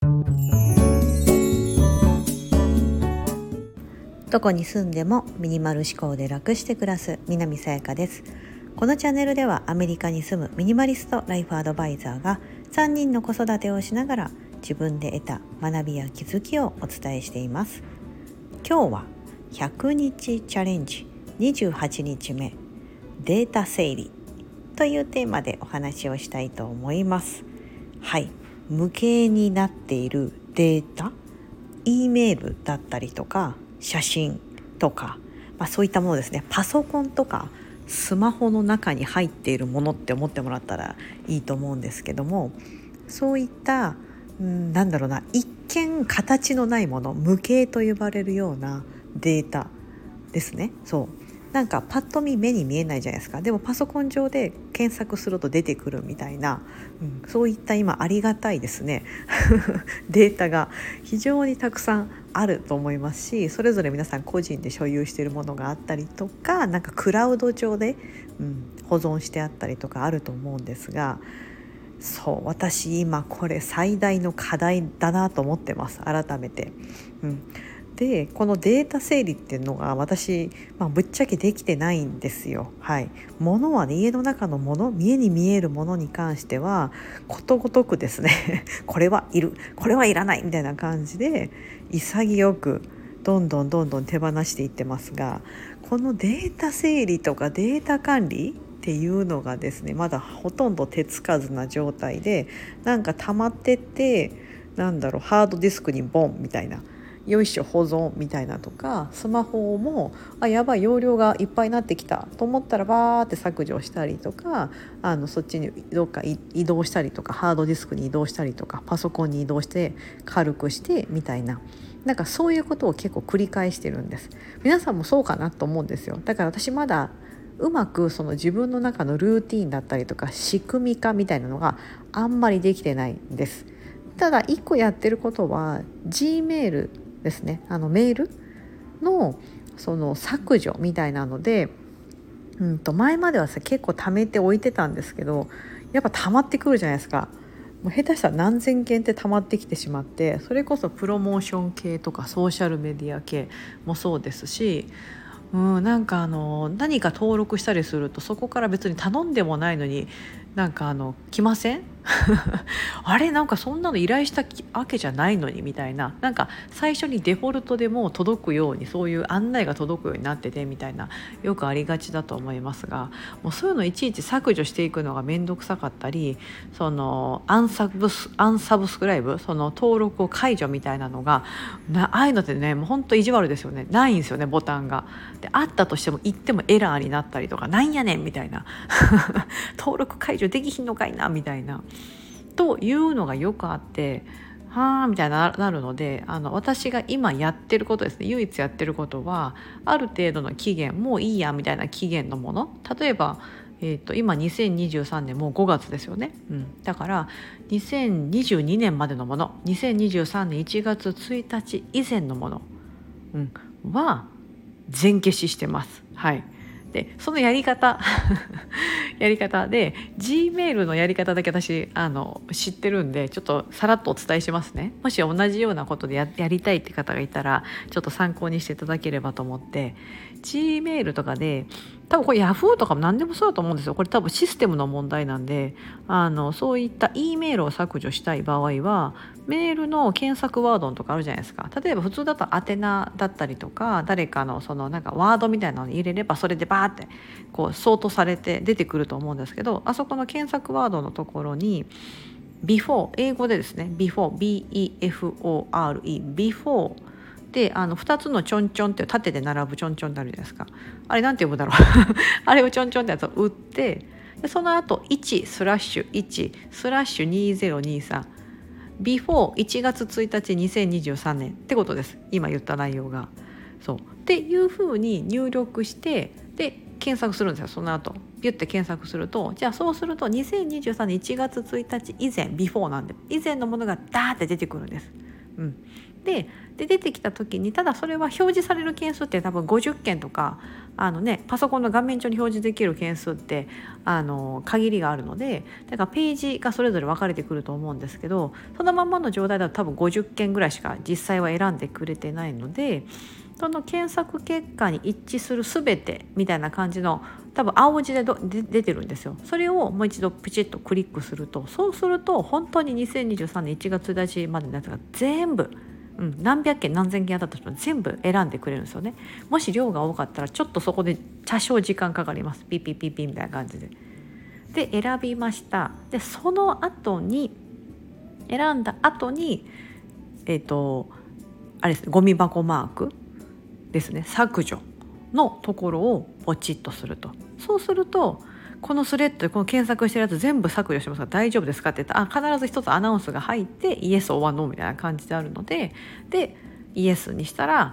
どこに住んでもミニマル思考で楽して暮らす南さやかです。このチャンネルではアメリカに住むミニマリストライフアドバイザーが3人の子育てをしながら自分で得た学びや気づきをお伝えしています。今日は100日チャレンジ28日目、データ整理というテーマでお話をしたいと思います。はい、無形になっているデータ、Eメールだったりとか写真とか、そういったものですね。パソコンとかスマホの中に入っているものって思ってもらったらいいと思うんですけども、そういった一見形のないもの、無形と呼ばれるようなデータですね。パッと見目に見えないじゃないですか。でもパソコン上で検索すると出てくるみたいな、そういった今ありがたいですねデータが非常にたくさんあると思いますし、それぞれ皆さん個人で所有しているものがあったりとか、クラウド上で、保存してあったりとかあると思うんですが、私今これ最大の課題だなと思ってます。改めて、でこのデータ整理っていうのが私、ぶっちゃけできてないんですよ。物はね、家の中のもの、目に見えるものに関してはことごとくですねこれはいる、これはいらないみたいな感じで潔くどんどん手放していってますが、このデータ整理とかデータ管理っていうのがですね、まだほとんど手つかずな状態で、溜まってってハードディスクにボンみたいな、よいしょ保存みたいなとか、スマホもやばい容量がいっぱいになってきたと思ったらバーって削除したりとか、そっちにどっか移動したりとか、ハードディスクに移動したりとか、パソコンに移動して軽くしてみたいな、そういうことを結構繰り返してるんです。皆さんもそうかなと思うんですよ。だから私まだうまくその自分の中のルーティーンだったりとか仕組み化みたいなのがあんまりできてないんです。ただ一個やってることは G メールですね。メールのその削除みたいなので、前までは結構貯めておいてたんですけど、やっぱ溜まってくるじゃないですか。もう下手したら何千件って溜まってきてしまって、それこそプロモーション系とかソーシャルメディア系もそうですし、何か登録したりすると、そこから別に頼んでもないのに来ませんあれそんなの依頼したわけじゃないのにみたいな、最初にデフォルトでもう届くように、そういう案内が届くようになっててみたいな、よくありがちだと思いますが、もうそういうのいちいち削除していくのが面倒くさかったり、そのアンサブスクライブ、その登録を解除みたいなのがああいうのってね、もう本当意地悪ですよね。ないんですよね、ボタンが。であったとしても言ってもエラーになったりとか、なんやねんみたいな登録解除できひんのかいなみたいなというのがよくあって、はーみたいなるので、私が今やってることですね、唯一やってることは、ある程度の期限、もういいやみたいな期限のもの、例えば、今2023年もう5月ですよね、だから2022年までのもの、2023年1月1日以前のもの、は全消ししてます。でそのやり方で G メールのやり方だけ私知ってるんで、ちょっとさらっとお伝えしますね。もし同じようなことで やりたいって方がいたら、ちょっと参考にしていただければと思って、 G メールとかで、多分これ Yahoo とかも何でもそうだと思うんですよ。これ多分システムの問題なんで、そういった E メールを削除したい場合は、メールの検索ワードとかあるじゃないですか。例えば普通だと宛名だったりとか、誰かのワードみたいなのに入れれば、それでバーってこうソートされて出てくると思うんですけど、あそこの検索ワードのところに before、 英語でですね、 before、 before で2つのちょんちょんって縦で並ぶちょんちょんってあるじゃないですか。あれなんて呼ぶだろうあれをちょんちょんってやつを打って、でその後1/1/2023 before1 月1日2023年ってことです。今言った内容がっていう風に入力して、で検索するんですよ。その後ビュッて検索すると、じゃあそうすると2023年1月1日以前、ビフォーなんで以前のものがダーって出てくるんです。 で出てきた時にただそれは表示される件数って多分50件とかパソコンの画面上に表示できる件数って限りがあるので、だからページがそれぞれ分かれてくると思うんですけど、そのままの状態だと多分50件ぐらいしか実際は選んでくれてないので、その検索結果に一致する全てみたいな感じの多分青字で出てるんですよ。それをもう一度プチッとクリックすると、そうすると本当に2023年1月1日までのやつが全部何百件何千件あったとしても全部選んでくれるんですよね。もし量が多かったらちょっとそこで多少時間かかります。ピッピッピッピみたいな感じで選びました。でその後に選んだ後にあれですね、ゴミ箱マークですね、削除のところをポチッとすると、そうするとこのスレッドでこの検索してるやつ全部削除しますから大丈夫ですかって言ったら必ず一つアナウンスが入ってイエスオアノーみたいな感じであるので、イエスにしたら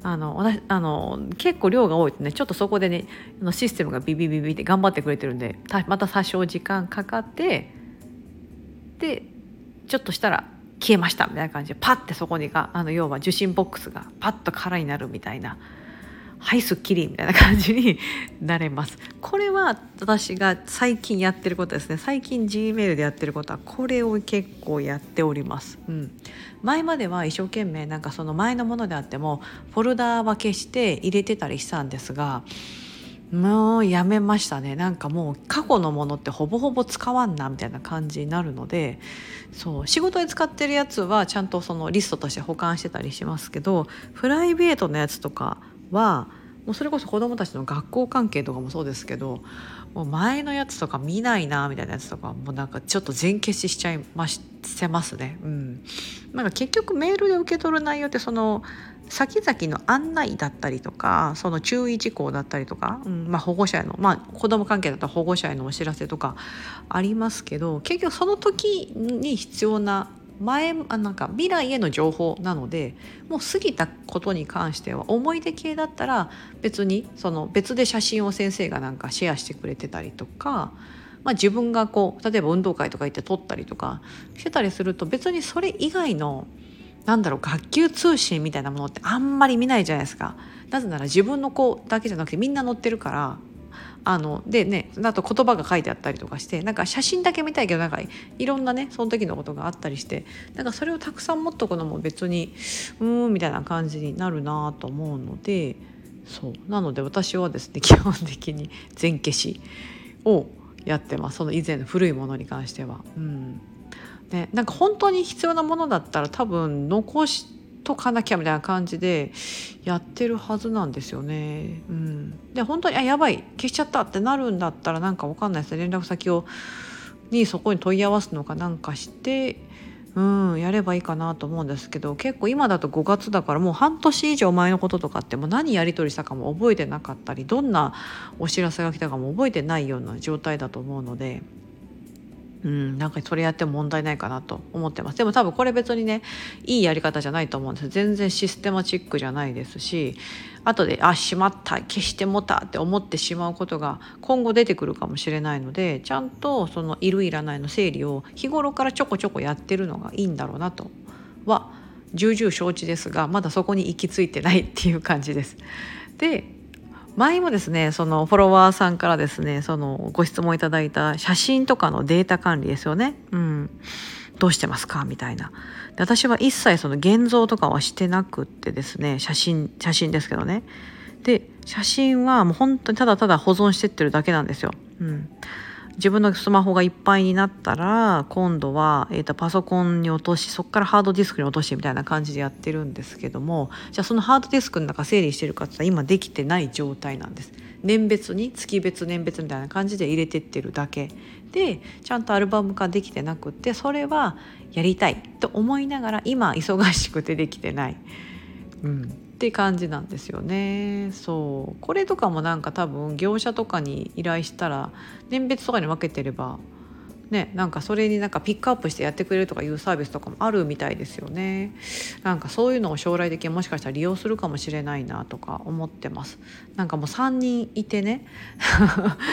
結構量が多いとね、ちょっとそこでねシステムがビビビビって頑張ってくれてるんでまた多少時間かかって、でちょっとしたら消えましたみたいな感じでパッてそこに要は受信ボックスがパッと空になるみたいな、はいすっきりみたいな感じになれます。これは私が最近やってることですね。最近 Gmail でやってることはこれを結構やっております。前までは一生懸命その前のものであってもフォルダ分けして入れてたりしたんですが、もうやめましたね。もう過去のものってほぼほぼ使わんなみたいな感じになるので、そう仕事で使ってるやつはちゃんとそのリストとして保管してたりしますけど、プライベートのやつとかはもうそれこそ子どもたちの学校関係とかもそうですけど、もう前のやつとか見ないなみたいなやつとかもちょっと全消ししちゃいましてますね。結局メールで受け取る内容ってその先々の案内だったりとか、その注意事項だったりとか、保護者への子ども関係だったら保護者へのお知らせとかありますけど、結局その時に必要な未来への情報なので、もう過ぎたことに関しては思い出系だったら別に別で写真を先生がシェアしてくれてたりとか、自分が例えば運動会とか行って撮ったりとかしてたりすると、別にそれ以外の学級通信みたいなものってあんまり見ないじゃないですか。なぜなら自分の子だけじゃなくてみんな載ってるから、でね、あと言葉が書いてあったりとかして、写真だけ見たいけどいろんなねその時のことがあったりして、それをたくさん持っとくのも別にみたいな感じになるなと思うので、そうなので私はですね基本的に全消しをやってます。その以前の古いものに関しては。本当に必要なものだったら多分残しとかなきゃみたいな感じでやってるはずなんですよね。で本当にやばい消しちゃったってなるんだったら分かんないですね、連絡先にそこに問い合わすのかしてやればいいかなと思うんですけど、結構今だと5月だからもう半年以上前のこととかってもう何やり取りしたかも覚えてなかったり、どんなお知らせが来たかも覚えてないような状態だと思うので、それやっても問題ないかなと思ってます。でも多分これ別にねいいやり方じゃないと思うんです。全然システマチックじゃないですし、後でしまった消してもたって思ってしまうことが今後出てくるかもしれないので、ちゃんとそのいるいらないの整理を日頃からちょこちょこやってるのがいいんだろうなとは重々承知ですが、まだそこに行き着いてないっていう感じです。で前もですねそのフォロワーさんからですねご質問いただいた写真とかのデータ管理ですよね。どうしてますかみたいな。で私は一切現像とかはしてなくってですね、写真ですけどね。で写真はもう本当にただただ保存してってるだけなんですよ。自分のスマホがいっぱいになったら今度は、パソコンに落とし、そこからハードディスクに落としみたいな感じでやってるんですけども、じゃあそのハードディスクの中整理してるかって言ったら今できてない状態なんです。年別に月別年別みたいな感じで入れてってるだけで、ちゃんとアルバム化できてなくって、それはやりたいと思いながら今忙しくてできてない、って感じなんですよね。そうこれとかも多分業者とかに依頼したら年別とかに分けてればね、それにピックアップしてやってくれるとかいうサービスとかもあるみたいですよね。そういうのを将来的にもしかしたら利用するかもしれないなとか思ってます。もう3人いてね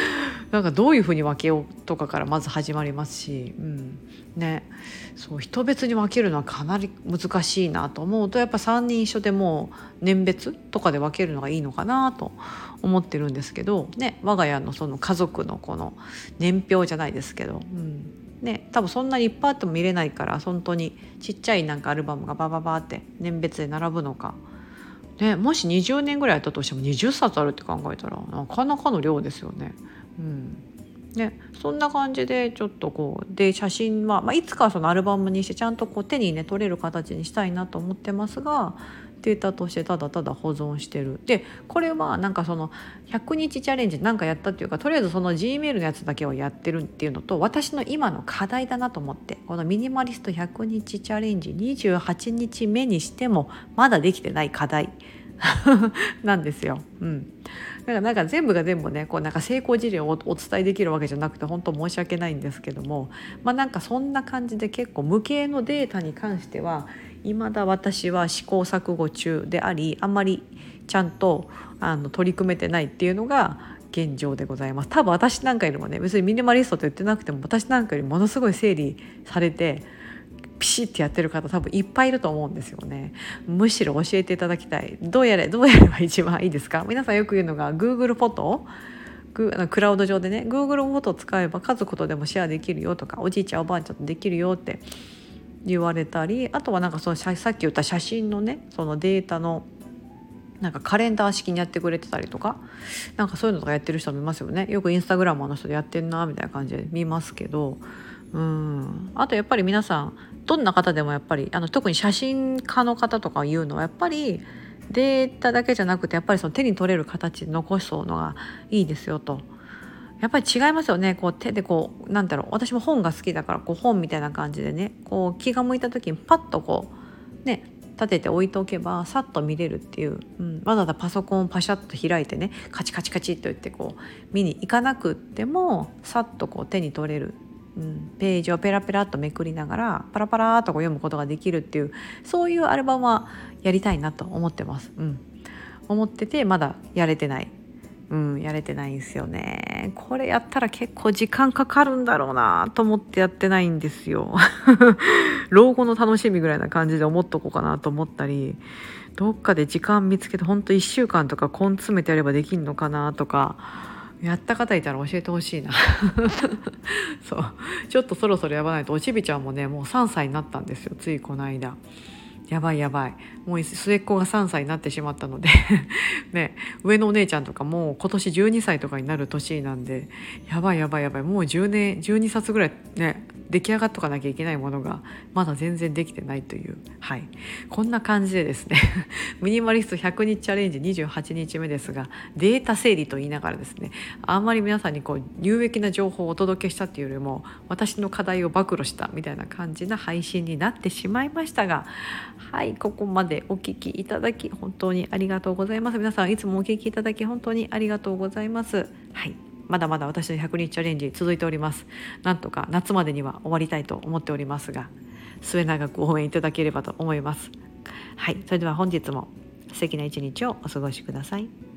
なんかどういうふうに分けようとかからまず始まりますし、ね、そう人別に分けるのはかなり難しいなと思うと、やっぱ3人一緒でもう年別とかで分けるのがいいのかなと思ってるんですけど、ね、我が家のその家族のこの年表じゃないですけど、ね、多分そんなにいっぱいあっても見れないから、本当にちっちゃいなんかアルバムがバババって年別で並ぶのか、ね、もし20年ぐらいやったとしても20冊あるって考えたらなかなかの量ですよね。ね、そんな感じでちょっとこうで写真は、いつかそのアルバムにしてちゃんとこう手にね取れる形にしたいなと思ってますが、データとしてただただ保存してる。でこれはなんかその100日チャレンジなんかやったっていうか、とりあえずその Gmail のやつだけをやってるっていうのと、私の今の課題だなと思って、このミニマリスト100日チャレンジ28日目にしてもまだできてない課題なんですよ。だからなんか全部が全部ねこうなんか成功事例をお伝えできるわけじゃなくて本当申し訳ないんですけども、なんかそんな感じで結構無形のデータに関しては未だ私は試行錯誤中であり、あんまりちゃんと取り組めてないっていうのが現状でございます。多分私なんかよりもね、別にミニマリストと言ってなくても私なんかよりものすごい整理されてピシッてやってる方多分いっぱいいると思うんですよね。むしろ教えていただきたい。どうやれば一番いいですか？皆さんよく言うのが Google フォト、クラウド上でね Google フォトを使えば家族とでもシェアできるよとか、おじいちゃんおばあちゃんとできるよって言われたり、あとはなんかそのさっき言った写真のねそのデータのなんかカレンダー式にやってくれてたりとか、なんかそういうのとかやってる人もいますよね。よくインスタグラムの人でやってんなみたいな感じで見ますけど、あとやっぱり皆さんどんな方でもやっぱり特に写真家の方とか言うのはやっぱりデータだけじゃなくて、やっぱりその手に取れる形で残すのがいいですよと。やっぱり違いますよね。こう手でこうなんだろう、私も本が好きだからこう本みたいな感じでね、こう気が向いた時にパッとこうね立てて置いておけばさっと見れるっていう、わざわざパソコンをパシャッと開いてねカチカチカチっと言ってこう見に行かなくってもさっとこう手に取れる、ページをペラペラっとめくりながらパラパラっとこう読むことができるっていう、そういうアルバムはやりたいなと思ってます。思っててまだやれてない。やれてないんですよね。これやったら結構時間かかるんだろうなと思ってやってないんですよ。老後の楽しみぐらいな感じで思っとこうかなと思ったり、どっかで時間見つけてほんと1週間とか根詰めてやればできんのかなとか、やった方いたら教えてほしいな。そうちょっとそろそろやばないと。おちびちゃんもねもう3歳になったんですよ、ついこの間。やばいもう末っ子が3歳になってしまったのでね、上のお姉ちゃんとかもう今年12歳とかになる年なんで、やばいもう10年12冊ぐらいね出来上がっとかなきゃいけないものがまだ全然できてないという、こんな感じでですねミニマリスト100日チャレンジ28日目ですが、データ整理と言いながらですね、あんまり皆さんにこう有益な情報をお届けしたっていうよりも私の課題を暴露したみたいな感じな配信になってしまいましたが、ここまでお聞きいただき本当にありがとうございます。皆さんいつもお聞きいただき本当にありがとうございます。まだまだ私の100日チャレンジ続いております。なんとか夏までには終わりたいと思っておりますが、末永く応援いただければと思います。それでは本日も素敵な一日をお過ごしください。